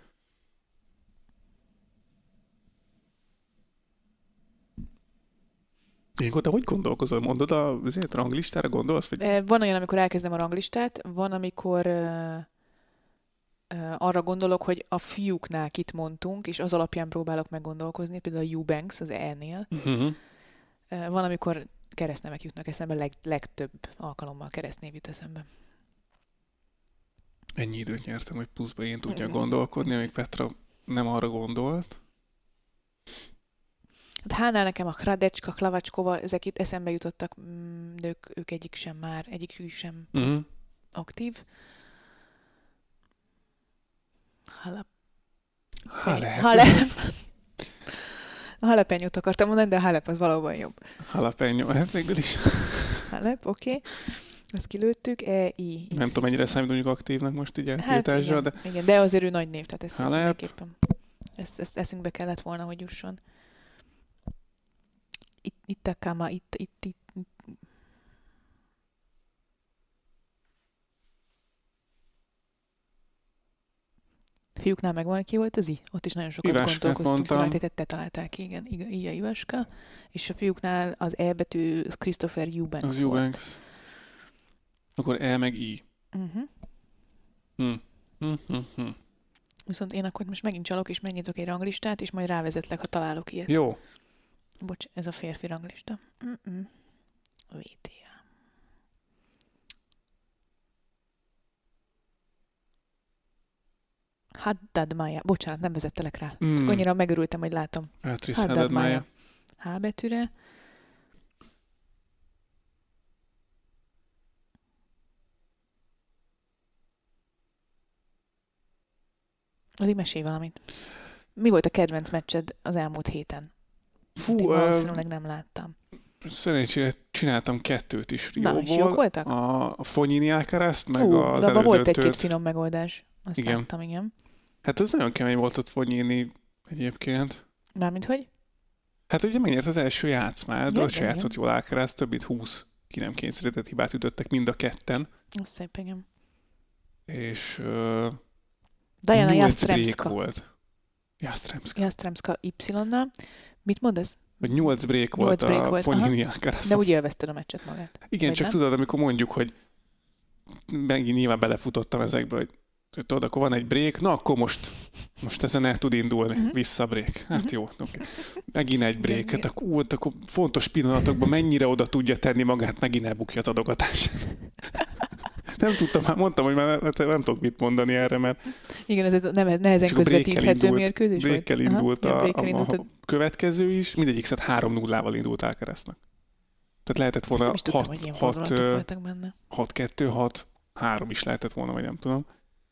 Ilyenkor te hogy gondolkozol? Mondod azért ranglistára gondolsz? Vagy? Van olyan, amikor elkezdem a ranglistát, van, amikor arra gondolok, hogy a fiúknál kit mondtunk, és az alapján próbálok meggondolkozni, például a Eubanks az E-nél. Van, amikor keresztnevek jutnak eszembe, legtöbb alkalommal keresztnév jut eszembe. Ennyi időt nyertem, hogy pluszba én tudjak gondolkodni, amíg Petra nem arra gondolt. Hát Hánál nekem a Hradecska, Klavacskova, ezek itt eszembe jutottak, de ők egyikük sem aktív. Halep. A Halepenyót akartam mondani, de a Halep az valóban jobb. Halepenyó, hát végül is. Halep, oké. Azt kilőttük. E-I. Nem tudom, mennyire számít mondjuk aktívnak most így eltiltásra, de... Igen, de azért ő nagy név, tehát ezt mindenképpen. Ezt eszünkbe kellett volna, hogy jusson. Itt a Kama, itt. Fiúknál megvan, ki volt az I? Ott is nagyon sokat gondolkoztunk. Te találták ki, igen. I a Ivaska. És a fiúknál az E betű Christopher Eubanks az Eubanks. Akkor E meg I. Viszont én akkor most megint csalok, és megnyitok egy ranglistát, és majd rávezetlek, ha találok ilyet. Jó. Bocs, ez a férfi ranglista. VTA. Haddad Maya. Bocsánat, nem vezettelek rá. Annyira megörültem, hogy látom. Haddad Maya. H betűre. Addig mesélj valamit. Mi volt a kedvenc meccsed az elmúlt héten? Valószínűleg nem láttam. Szerencsére csináltam 2 is Rióból. És jók voltak? A Fognini Alcarazt, meg az elődöntőt. Volt egy-két finom megoldás. Azt igen. láttam, igen. Hát az nagyon kemény volt ott Fognini egyébként. Mármint hogy? Hát ugye megnyert az első játszmát, de se játszott jól Alcaraz, több mint 20 ki nem kényszerített hibát ütöttek mind a ketten. Az szép, igen. És Diana 8 break volt. Jastremska Y-nál. Mit mondasz? Vagy 8 break volt a Fognini Alcaraz. De úgy élvezted a meccset magát. Igen, csak tudod, amikor mondjuk, hogy megint nyilván belefutottam ezekbe, hogy tudod, akkor van egy break, na akkor most ezen el tud indulni, vissza break. Hát jó, okay. Megint egy break, hát akkor fontos pillanatokban mennyire oda tudja tenni magát, megint elbukja az adogatását. Nem tudtam, már mondtam, hogy már nem tudok mit mondani erre, mert... Igen, ez nehezen közvetíthető mérkőzés volt. Break-kel indult a következő is, mindegyik 3-0-val indult Alcaraznak. Tehát lehetett volna 6-2, 6-3 is lehetett volna, vagy nem tudom.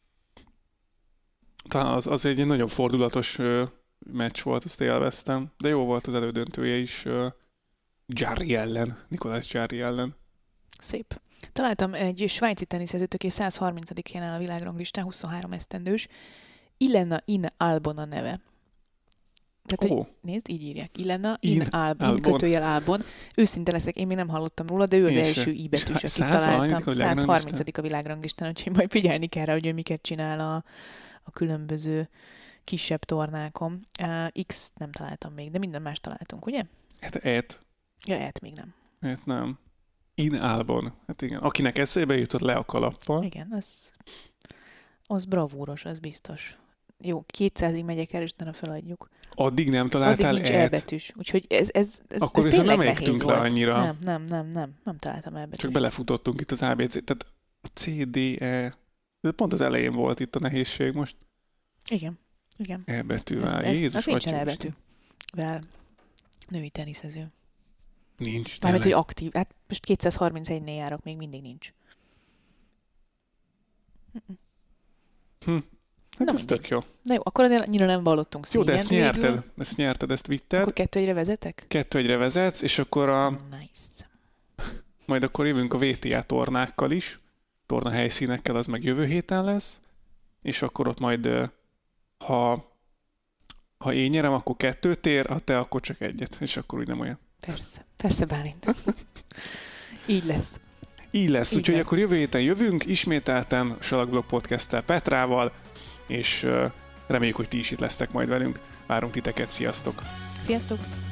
Talán az egy nagyon fordulatos meccs volt, azt élveztem, de jó volt az elődöntője is Jarry ellen, Nicolas Jarry ellen. Szép. Találtam egy svájci teniszezőt, aki 130. helyen áll a világranglistán, 23 esztendős. Ilena in Albon a neve. Tehát, hogy nézd, így írják. Ilena in Albon, kötőjel Albon. Őszinte leszek, én még nem hallottam róla, de ő az első I betűs, akit találtam. 130. a világranglistán, úgyhogy majd figyelni kell rá, hogy ő miket csinál a különböző kisebb tornákon. X nem találtam még, de minden más találtunk, ugye? Hát E-t. Ja, E-t még nem. E-t nem. In Albon. Hát igen. Akinek eszébe jutott le a kalappal. Igen, az bravúros, az biztos. Jó, 200-ig megyek el, és utána feladjuk. Addig nem találtál addig nincs elbetűs. Úgyhogy ez akkor ez viszont nem nehéz égtünk volt. le annyira. Nem találtam elbetűs. Csak belefutottunk itt az ABC. Tehát a C, D, E. Pont az elején volt itt a nehézség most. Igen. E-betűvel. Jézus, nincsen elbetű. Női teniszező. Nincs. Mármint, hogy aktív. Hát most 231-nél járok, még mindig nincs. Hát ez tök jó. Na jó, akkor azért annyira nem vallottunk szégyent. Jó, de ezt nyerted, ezt vitted. Akkor 2-1-re vezetek? 2-1-re vezetsz, és akkor Nice. majd akkor jövünk a VTA tornákkal is. Torna helyszínekkel, az meg jövő héten lesz. És akkor ott majd, ha én nyerem, akkor 2 ér, ha te, akkor csak 1. És akkor úgy nem olyan. Persze Bálint. Így lesz. Úgyhogy akkor jövő héten jövünk, ismételten Salakblog Podcast-tel Petrával, és reméljük, hogy ti is itt lesztek majd velünk. Várunk titeket, sziasztok! Sziasztok!